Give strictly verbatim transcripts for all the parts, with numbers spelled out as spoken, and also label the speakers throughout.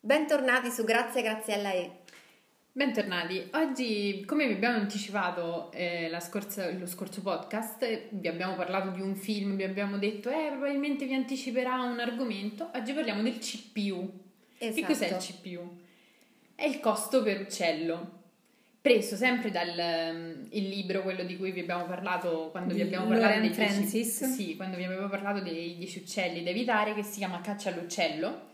Speaker 1: Bentornati su Grazie Grazie alla E.
Speaker 2: Bentornati. Oggi, come vi abbiamo anticipato eh, la scorsa, lo scorso podcast, vi abbiamo parlato di un film, vi abbiamo detto eh probabilmente vi anticiperà un argomento. Oggi parliamo del C P U.
Speaker 1: Esatto.
Speaker 2: Che cos'è il C P U? È il costo per uccello, preso sempre dal um, il libro, quello di cui vi abbiamo parlato quando
Speaker 3: di
Speaker 2: vi abbiamo parlato
Speaker 3: Lauren
Speaker 2: dei dieci,
Speaker 3: Francis.
Speaker 2: sì, quando vi avevo parlato dei dieci uccelli da evitare, che si chiama Caccia all'uccello,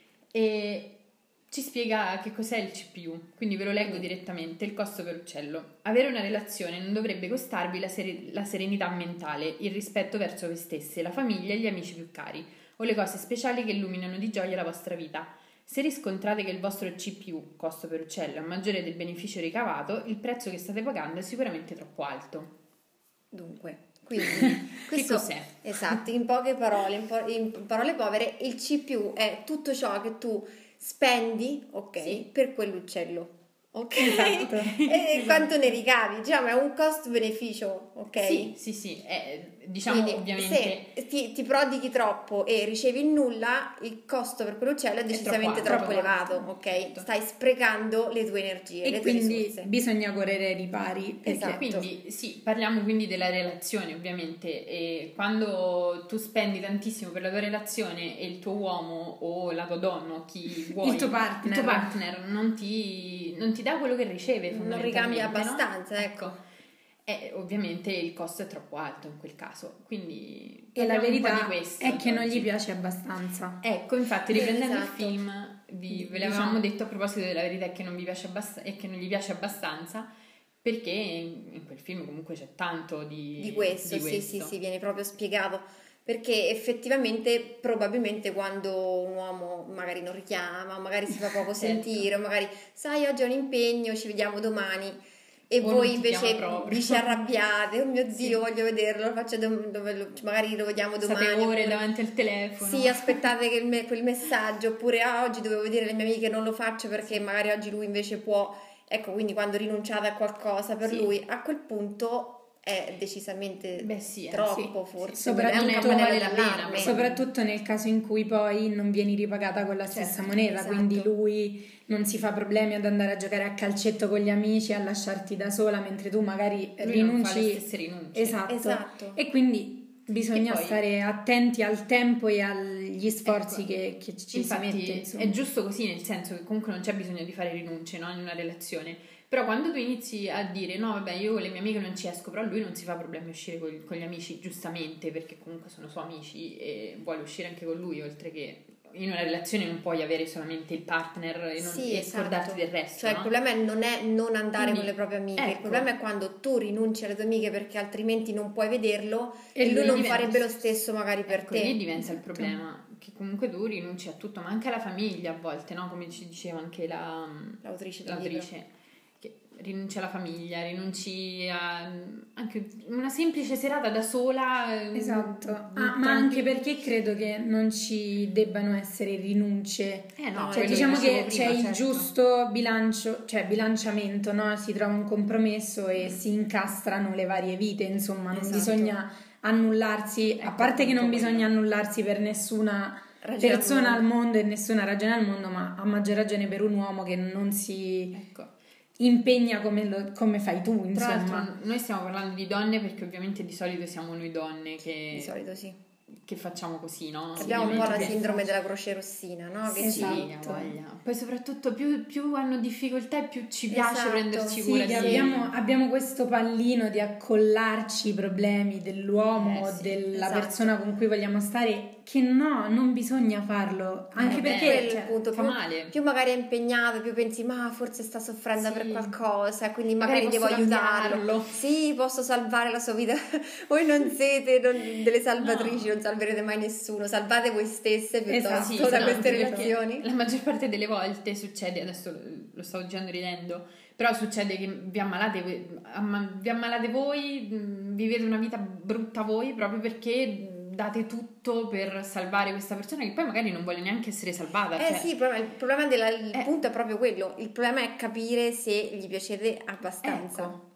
Speaker 2: e ci spiega che cos'è il C P U, quindi ve lo leggo direttamente. Il costo per uccello: avere una relazione non dovrebbe costarvi la, sere- la serenità mentale, il rispetto verso voi stesse, la famiglia e gli amici più cari, o le cose speciali che illuminano di gioia la vostra vita. Se riscontrate che il vostro C P U, costo per uccello, è maggiore del beneficio ricavato, il prezzo che state pagando è sicuramente troppo alto.
Speaker 1: Dunque, quindi questo,
Speaker 2: che cos'è?
Speaker 1: Esatto, in poche parole, in, po- in parole povere, il C P U è tutto ciò che tu spendi, ok,
Speaker 2: Sì.
Speaker 1: per quell'uccello. Ok,
Speaker 3: Esatto.
Speaker 1: e
Speaker 2: Esatto.
Speaker 1: quanto ne ricavi? Diciamo è un cost-beneficio, ok?
Speaker 2: Sì, sì, sì, è, diciamo
Speaker 1: Quindi,
Speaker 2: ovviamente...
Speaker 1: se ti, ti prodighi troppo e ricevi il nulla, il costo per quell'uccello è decisamente
Speaker 2: troppo
Speaker 1: troppo,
Speaker 2: alto,
Speaker 1: elevato,
Speaker 2: troppo
Speaker 1: ok?
Speaker 2: alto.
Speaker 1: Stai sprecando le tue energie,
Speaker 3: E
Speaker 1: le tue
Speaker 3: quindi
Speaker 1: risorse.
Speaker 3: bisogna correre ai ripari, perché
Speaker 1: Esatto.
Speaker 2: Quindi sì, parliamo quindi della relazione, ovviamente, e quando tu spendi tantissimo per la tua relazione e il tuo uomo o la tua donna o chi vuoi,
Speaker 3: Il tuo partner.
Speaker 2: il tuo partner non ti, non ti dà quello che riceve,
Speaker 1: Non ricambia
Speaker 2: fondamentalmente, no?
Speaker 1: abbastanza, ecco.
Speaker 2: E ovviamente il costo è troppo alto in quel caso, quindi
Speaker 3: e la
Speaker 2: parliamo un po'
Speaker 3: verità
Speaker 2: di questo
Speaker 3: è che non
Speaker 2: oggi.
Speaker 3: gli piace abbastanza.
Speaker 2: Ecco, infatti, riprendendo
Speaker 1: Esatto.
Speaker 2: il film, vi, ve
Speaker 3: Diciamo-
Speaker 2: l'avevamo detto a proposito della verità è che non vi piace abbast- e che non gli piace abbastanza, perché in, in quel film comunque c'è tanto di,
Speaker 1: Di questo,
Speaker 2: di
Speaker 1: sì,
Speaker 2: questo.
Speaker 1: sì, sì, viene proprio spiegato. Perché effettivamente, probabilmente, quando un uomo magari non richiama, o magari si fa poco
Speaker 2: Certo.
Speaker 1: sentire, o magari sai, oggi ho un impegno, ci vediamo domani, e
Speaker 2: O non
Speaker 1: voi
Speaker 2: ti
Speaker 1: invece
Speaker 2: chiama proprio.
Speaker 1: vi ci arrabbiate, oh mio Dio,
Speaker 2: Sì.
Speaker 1: voglio vederlo, lo faccio dom- dove lo- magari lo vediamo domani.
Speaker 2: State ore
Speaker 1: oppure-
Speaker 2: davanti al telefono.
Speaker 1: Sì, aspettate che il me- quel messaggio, oppure ah, oggi dovevo vedere le mie amiche, non lo faccio perché magari oggi lui invece può. Ecco, quindi quando rinunciate a qualcosa per
Speaker 2: Sì.
Speaker 1: lui, a quel punto è decisamente
Speaker 2: Beh, sì, eh,
Speaker 1: troppo,
Speaker 2: sì,
Speaker 1: forse.
Speaker 2: sì.
Speaker 3: Soprattutto-
Speaker 1: è un
Speaker 2: non
Speaker 1: campanello
Speaker 2: vale la pena,
Speaker 1: d'allarme.
Speaker 2: ma-
Speaker 3: Soprattutto nel caso in cui poi non vieni ripagata con la stessa
Speaker 2: Certo,
Speaker 3: moneta,
Speaker 1: esatto.
Speaker 3: quindi lui non si fa problemi ad andare a giocare a calcetto con gli amici, a lasciarti da sola, mentre tu magari
Speaker 2: Lui
Speaker 3: rinunci.
Speaker 2: non fa le stesse rinunce.
Speaker 3: Esatto.
Speaker 1: Esatto.
Speaker 3: E quindi bisogna
Speaker 2: E poi-
Speaker 3: stare attenti al tempo e agli sforzi
Speaker 2: Ecco,
Speaker 3: che, che ci
Speaker 2: Infatti
Speaker 3: si mette. Insomma.
Speaker 2: è giusto così, nel senso che comunque non c'è bisogno di fare rinunce, no, in una relazione. Però quando tu inizi a dire no vabbè io con le mie amiche non ci esco, però lui non si fa problemi a uscire con, con gli amici, giustamente, perché comunque sono suoi amici e vuole uscire anche con lui, oltre che in una relazione non puoi avere solamente il partner e, non,
Speaker 1: Sì,
Speaker 2: e
Speaker 1: esatto.
Speaker 2: scordarti del resto,
Speaker 1: Cioè
Speaker 2: no?
Speaker 1: il problema non è non andare
Speaker 2: Quindi,
Speaker 1: con le proprie amiche, il
Speaker 2: ecco.
Speaker 1: problema è quando tu rinunci alle tue amiche perché altrimenti non puoi vederlo
Speaker 3: E
Speaker 1: e, lui
Speaker 3: lui
Speaker 1: non
Speaker 2: diventa-
Speaker 1: farebbe lo stesso magari per
Speaker 2: Ecco,
Speaker 1: te.
Speaker 2: lì diventa il problema, che comunque tu rinunci a tutto, ma anche alla famiglia a volte, no? Come ci diceva anche la,
Speaker 1: L'autrice del
Speaker 2: l'autrice, che rinunci alla famiglia, rinunci a anche una semplice serata da sola. eh,
Speaker 3: Esatto, ah,
Speaker 2: tranquilla.
Speaker 3: ma anche perché credo che non ci debbano essere rinunce.
Speaker 2: Eh no,
Speaker 1: No,
Speaker 3: Cioè,
Speaker 2: quello
Speaker 3: diciamo
Speaker 2: dicevo
Speaker 3: che
Speaker 2: prima,
Speaker 3: c'è il
Speaker 2: certo.
Speaker 3: giusto bilancio, cioè bilanciamento, no? Si trova un compromesso e si incastrano le varie vite, insomma, non
Speaker 1: Esatto.
Speaker 3: bisogna annullarsi, a
Speaker 2: Ecco,
Speaker 3: parte che non
Speaker 2: appunto
Speaker 3: bisogna
Speaker 2: quello.
Speaker 3: annullarsi per nessuna
Speaker 1: Ragione al
Speaker 3: persona al
Speaker 1: mondo.
Speaker 3: mondo e nessuna ragione al mondo, ma a maggior ragione per un uomo che non si
Speaker 2: Ecco.
Speaker 3: impegna come, lo- come fai tu,
Speaker 2: Tra
Speaker 3: insomma.
Speaker 2: l'altro noi stiamo parlando di donne perché ovviamente di solito siamo noi donne
Speaker 1: Di
Speaker 2: che,
Speaker 1: solito sì.
Speaker 2: che facciamo così, no?
Speaker 1: Abbiamo un po' la
Speaker 2: Ovviamente-
Speaker 1: sindrome della croce rossina, no? Che
Speaker 2: Sì,
Speaker 1: ci-
Speaker 2: ha voglia. Poi soprattutto più, più hanno difficoltà e più ci piace
Speaker 1: Esatto,
Speaker 2: prenderci
Speaker 1: sì,
Speaker 2: cura
Speaker 3: Sì,
Speaker 2: di
Speaker 3: che abbiamo, abbiamo questo pallino di accollarci i problemi dell'uomo
Speaker 2: Eh,
Speaker 3: o
Speaker 2: sì,
Speaker 3: della
Speaker 1: esatto.
Speaker 3: persona con cui vogliamo stare, che no, non bisogna farlo, anche
Speaker 2: Vabbè,
Speaker 3: perché
Speaker 1: Quello è
Speaker 3: cioè,
Speaker 1: il punto.
Speaker 2: fa
Speaker 1: Più,
Speaker 2: male.
Speaker 1: più magari è impegnato, più pensi, ma forse sta soffrendo
Speaker 2: Sì.
Speaker 1: per qualcosa, quindi
Speaker 2: Magari
Speaker 1: magari,
Speaker 2: posso
Speaker 1: devo aiutarlo.
Speaker 2: cambiarlo.
Speaker 1: Sì, posso salvare la sua vita. Voi non siete non- delle salvatrici,
Speaker 2: No.
Speaker 1: non salverete mai nessuno. Salvate voi stesse piuttosto
Speaker 3: Esatto,
Speaker 2: Sì,
Speaker 1: da
Speaker 2: no,
Speaker 1: queste
Speaker 2: perché
Speaker 1: relazioni.
Speaker 2: La maggior parte delle volte succede, adesso lo stavo dicendo ridendo, però succede che vi ammalate, voi- amma- vi ammalate voi, mh, vivete una vita brutta voi proprio perché date tutto per salvare questa persona che poi magari non vuole neanche essere salvata.
Speaker 1: Eh
Speaker 2: cioè-
Speaker 1: sì, il problema, il problema della- il
Speaker 2: Eh.
Speaker 1: punto è proprio quello. Il problema è capire se gli piacete abbastanza.
Speaker 2: Ecco,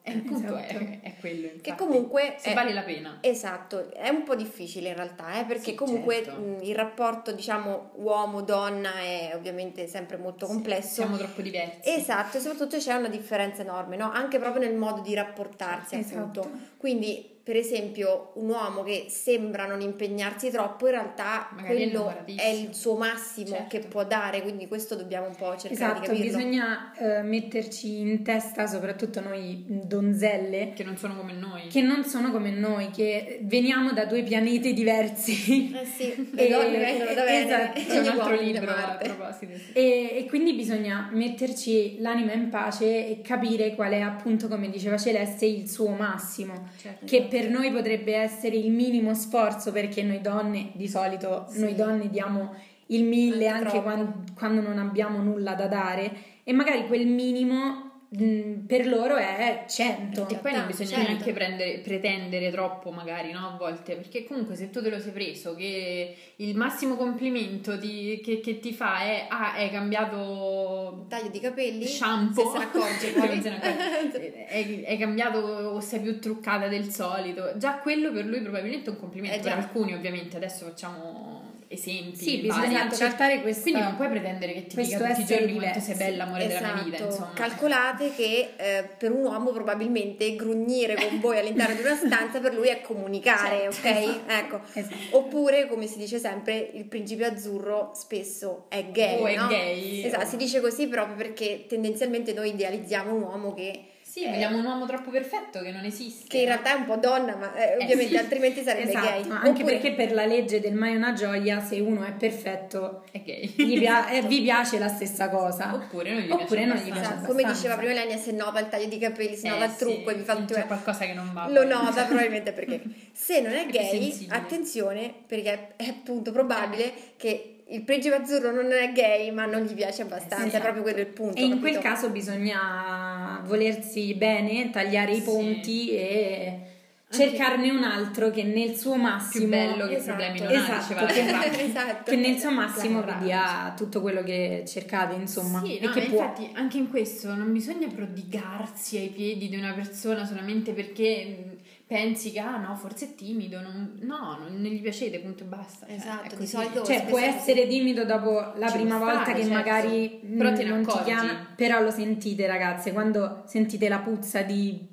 Speaker 2: E il punto
Speaker 3: Esatto.
Speaker 2: è, è quello, infatti.
Speaker 1: Che comunque
Speaker 2: se
Speaker 1: è-
Speaker 2: vale la pena.
Speaker 1: Esatto, è un po' difficile in realtà, eh, perché
Speaker 2: Sì,
Speaker 1: comunque
Speaker 2: certo.
Speaker 1: mh, il rapporto, diciamo, uomo-donna è ovviamente sempre molto complesso.
Speaker 2: Siamo troppo diversi.
Speaker 1: Esatto, e soprattutto c'è una differenza enorme, no? Anche proprio nel modo di rapportarsi,
Speaker 3: Esatto.
Speaker 1: appunto. Quindi, per esempio, un uomo che sembra non impegnarsi troppo, in realtà
Speaker 2: Magari è
Speaker 1: quello
Speaker 2: innamoratissimo.
Speaker 1: è il suo massimo
Speaker 2: Certo.
Speaker 1: che può dare, quindi questo dobbiamo un po' cercare di
Speaker 3: Esatto,
Speaker 1: capirlo.
Speaker 3: bisogna eh, metterci in testa, soprattutto noi donzelle,
Speaker 2: Che non sono come noi.
Speaker 3: che non sono come noi, che veniamo da due pianeti diversi.
Speaker 1: Eh sì, le donne vengono da Venere
Speaker 3: esatto.
Speaker 1: e
Speaker 2: C'è un
Speaker 1: gli
Speaker 2: altro
Speaker 1: uomini da
Speaker 2: libro a
Speaker 1: Marte.
Speaker 2: proposito. Sì.
Speaker 3: E, e quindi bisogna metterci l'anima in pace e capire qual è, appunto, come diceva Celeste, il suo massimo,
Speaker 2: Certo.
Speaker 3: che per noi potrebbe essere il minimo sforzo, perché noi donne di solito
Speaker 1: Sì.
Speaker 3: noi donne diamo il mille
Speaker 1: Anche
Speaker 3: anche
Speaker 1: troppo.
Speaker 3: quando, quando non abbiamo nulla da dare, e magari quel minimo mh, per loro è cento.
Speaker 2: E poi non
Speaker 1: Tanto,
Speaker 2: bisogna
Speaker 1: certo.
Speaker 2: neanche prendere, pretendere troppo, magari, no? A volte, perché comunque se tu te lo sei preso che il massimo complimento di- che, che ti fa è ah, hai cambiato
Speaker 1: Taglio di capelli,
Speaker 2: shampoo,
Speaker 1: se se ne accorge
Speaker 2: che
Speaker 1: poi.
Speaker 2: non se ne accorge. hai, hai cambiato o sei più truccata del solito, già quello per lui probabilmente è un complimento,
Speaker 1: Eh,
Speaker 2: per
Speaker 1: già.
Speaker 2: alcuni ovviamente, adesso facciamo esempi
Speaker 3: Sì,
Speaker 2: vari.
Speaker 3: bisogna
Speaker 1: Esatto.
Speaker 3: accettare questa,
Speaker 2: Quindi non puoi pretendere che ti
Speaker 3: questo
Speaker 2: dica tutti i
Speaker 3: essere
Speaker 2: giorni quanto
Speaker 3: diversi.
Speaker 2: sei bella, amore della mia vita,
Speaker 1: Esatto.
Speaker 2: insomma.
Speaker 1: Calcolate che eh, per un uomo probabilmente grugnire con voi all'interno di una stanza per lui è comunicare,
Speaker 3: Certo,
Speaker 1: ok?
Speaker 3: esatto.
Speaker 1: Ecco.
Speaker 3: Esatto.
Speaker 1: Oppure, come si dice sempre, il principe azzurro spesso è gay,
Speaker 2: O è
Speaker 1: no?
Speaker 2: gay,
Speaker 1: Esatto,
Speaker 2: o-
Speaker 1: si dice così proprio perché tendenzialmente noi idealizziamo un uomo che
Speaker 2: Sì,
Speaker 1: eh,
Speaker 2: vogliamo un uomo troppo perfetto che non esiste.
Speaker 1: che in
Speaker 2: no?
Speaker 1: realtà è un po' donna, ma eh, ovviamente
Speaker 2: sì.
Speaker 1: altrimenti sarebbe
Speaker 3: Esatto,
Speaker 1: gay.
Speaker 3: anche
Speaker 1: Oppure-
Speaker 3: perché per la legge del mai una gioia, se uno è perfetto
Speaker 2: È gay.
Speaker 3: gli pia- eh, vi piace la stessa cosa,
Speaker 2: Oppure non gli
Speaker 3: oppure
Speaker 2: piace
Speaker 3: non gli
Speaker 2: abbastanza.
Speaker 3: piace
Speaker 1: Esatto, come
Speaker 3: abbastanza.
Speaker 1: diceva prima Lenia, se nota il taglio di capelli, se
Speaker 2: Eh,
Speaker 1: nota il
Speaker 2: sì,
Speaker 1: trucco e vi fa
Speaker 2: c'è qualcosa che non va.
Speaker 1: lo
Speaker 2: poi.
Speaker 1: nota probabilmente perché se non è
Speaker 2: È più
Speaker 1: gay,
Speaker 2: sensibile.
Speaker 1: attenzione, perché è appunto probabile che il principe azzurro non è gay ma non gli piace abbastanza,
Speaker 3: Esatto.
Speaker 1: è proprio quello il punto.
Speaker 3: E in
Speaker 1: capito?
Speaker 3: quel caso bisogna volersi bene, tagliare i
Speaker 2: Sì.
Speaker 3: ponti e cercarne un altro che nel suo massimo
Speaker 2: Più bello che
Speaker 1: Esatto.
Speaker 2: problemi non
Speaker 3: Esatto,
Speaker 2: ha, diceva
Speaker 3: che-
Speaker 2: Raggio.
Speaker 1: Esatto.
Speaker 3: che nel suo massimo vi
Speaker 2: Raggio.
Speaker 3: dia tutto quello che cercate, insomma,
Speaker 2: Sì,
Speaker 3: e
Speaker 2: no,
Speaker 3: che
Speaker 2: ma
Speaker 3: può.
Speaker 2: infatti anche in questo non bisogna prodigarsi ai piedi di una persona solamente perché mh, pensi che ah no, forse è timido, non, no, non gli piacete, punto e basta. Cioè,
Speaker 1: Esatto,
Speaker 2: è
Speaker 1: di
Speaker 2: così.
Speaker 1: solito-
Speaker 3: Cioè,
Speaker 1: spesso
Speaker 3: può
Speaker 1: è così.
Speaker 3: essere timido dopo la
Speaker 2: Ci
Speaker 3: prima
Speaker 2: può
Speaker 3: volta
Speaker 2: stare,
Speaker 3: che
Speaker 2: certo.
Speaker 3: magari
Speaker 2: Però
Speaker 3: mm,
Speaker 2: te ne
Speaker 3: non ti
Speaker 2: accorgi.
Speaker 3: chiama, però lo sentite, ragazze, quando sentite la puzza di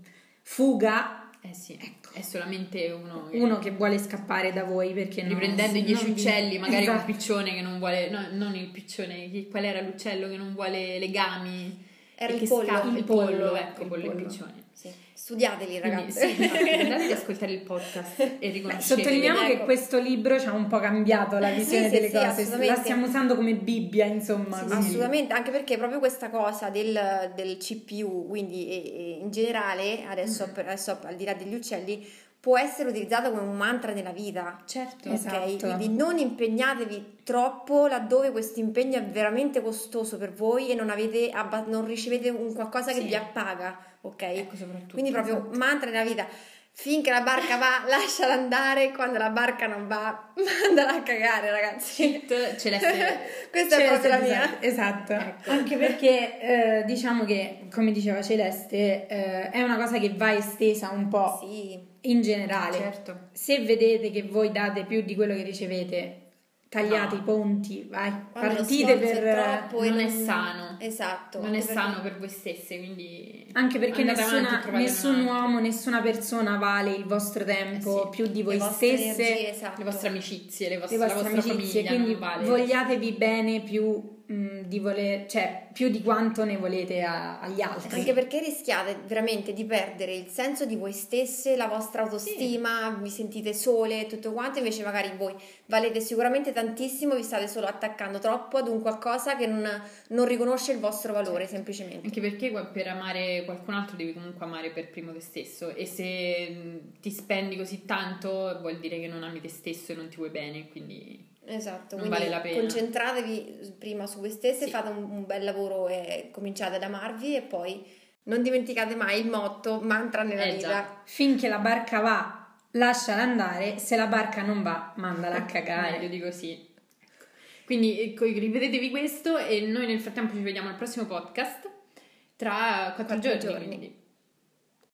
Speaker 3: fuga,
Speaker 2: Eh sì, è solamente uno che,
Speaker 3: uno che vuole scappare da voi perché non-
Speaker 2: riprendendo i dieci
Speaker 3: non vi-
Speaker 2: uccelli, magari
Speaker 3: Esatto.
Speaker 2: un piccione che non vuole, no, non il piccione, chi- qual era l'uccello che non vuole legami?
Speaker 1: Era
Speaker 2: e
Speaker 1: il
Speaker 2: che
Speaker 1: pollo.
Speaker 2: scappa,
Speaker 3: Il
Speaker 2: il pollo,
Speaker 3: pollo,
Speaker 2: ecco,
Speaker 3: il
Speaker 2: pollo e
Speaker 3: pollo.
Speaker 2: piccione.
Speaker 1: Sì. Studiateli
Speaker 2: Quindi,
Speaker 1: ragazzi.
Speaker 2: sì, infatti, andate ad ascoltare il podcast e
Speaker 3: Beh,
Speaker 2: riconoscete.
Speaker 3: sottolineiamo
Speaker 1: ecco.
Speaker 3: che questo libro ci ha un po' cambiato la
Speaker 1: Sì,
Speaker 3: visione
Speaker 1: sì,
Speaker 3: delle
Speaker 1: sì,
Speaker 3: cose,
Speaker 1: assolutamente.
Speaker 3: la stiamo usando come Bibbia, insomma.
Speaker 1: Sì,
Speaker 3: quindi-
Speaker 1: assolutamente, anche perché proprio questa cosa del, del C P U, quindi e- e in generale, adesso,
Speaker 2: Mm.
Speaker 1: per- adesso al di là degli uccelli, può essere utilizzato come un mantra nella vita.
Speaker 2: Certo.
Speaker 1: Ok?
Speaker 3: Esatto.
Speaker 1: Quindi non impegnatevi troppo laddove questo impegno è veramente costoso per voi e non, avete abba- non ricevete un qualcosa che
Speaker 2: Sì.
Speaker 1: vi appaga, ok?
Speaker 2: Ecco, soprattutto.
Speaker 1: Quindi proprio
Speaker 3: esatto.
Speaker 1: mantra nella vita. Finché la barca va, lasciala andare, quando la barca non va, mandala a cagare, ragazzi.
Speaker 2: Celeste.
Speaker 1: Questa è
Speaker 3: Celeste,
Speaker 1: proprio la mia.
Speaker 3: Esatto,
Speaker 2: Ecco.
Speaker 3: anche perché eh, diciamo che, come diceva Celeste, eh, è una cosa che va estesa un po'
Speaker 1: Sì,
Speaker 3: in generale.
Speaker 2: Certo.
Speaker 3: Se vedete che voi date più di quello che ricevete, tagliate
Speaker 2: No.
Speaker 3: i ponti, vai,
Speaker 1: quando lo
Speaker 3: partite
Speaker 1: sforzo
Speaker 3: per...
Speaker 1: è troppo e
Speaker 2: non è sano.
Speaker 1: Esatto.
Speaker 2: Non è
Speaker 1: anche perché-
Speaker 2: sano per voi stesse, quindi
Speaker 3: Anche perché
Speaker 2: andate avanti e
Speaker 3: nessuna,
Speaker 2: trovate
Speaker 3: nessun
Speaker 2: un altro.
Speaker 3: uomo, nessuna persona vale il vostro tempo
Speaker 2: Eh sì.
Speaker 3: più di voi
Speaker 1: le vostre
Speaker 3: stesse,
Speaker 1: energie, esatto.
Speaker 2: le vostre amicizie, le vostre,
Speaker 3: le
Speaker 2: la
Speaker 3: vostre
Speaker 2: vostra
Speaker 3: amicizie,
Speaker 2: famiglia
Speaker 3: quindi
Speaker 2: non vale.
Speaker 3: vogliatevi bene più mh, di voler, cioè più di quanto ne volete a- agli altri.
Speaker 1: Anche perché rischiate veramente di perdere il senso di voi stesse, la vostra autostima, vi sentite sole e tutto quanto, invece magari voi valete sicuramente tantissimo, vi state solo attaccando troppo ad un qualcosa che non, non riconosce il vostro valore semplicemente.
Speaker 2: Anche perché qua- per amare qualcun altro devi comunque amare per primo te stesso, e se mh, ti spendi così tanto vuol dire che non ami te stesso e non ti vuoi bene, quindi
Speaker 1: Esatto,
Speaker 2: non
Speaker 1: quindi
Speaker 2: vale la pena.
Speaker 1: concentratevi prima su voi stesse,
Speaker 2: Sì.
Speaker 1: fate un, un bel lavoro e cominciate ad amarvi e poi non dimenticate mai il motto mantra nella
Speaker 2: Eh,
Speaker 1: vita.
Speaker 2: già.
Speaker 3: Finché la barca va, lasciala andare, se la barca non va, mandala a
Speaker 2: Meglio
Speaker 3: cagare.
Speaker 2: di così. Ecco. Quindi ecco, ripetetevi questo e noi nel frattempo ci vediamo al prossimo podcast tra quattro,
Speaker 1: Quattro
Speaker 2: giorni,
Speaker 1: giorni.
Speaker 2: quindi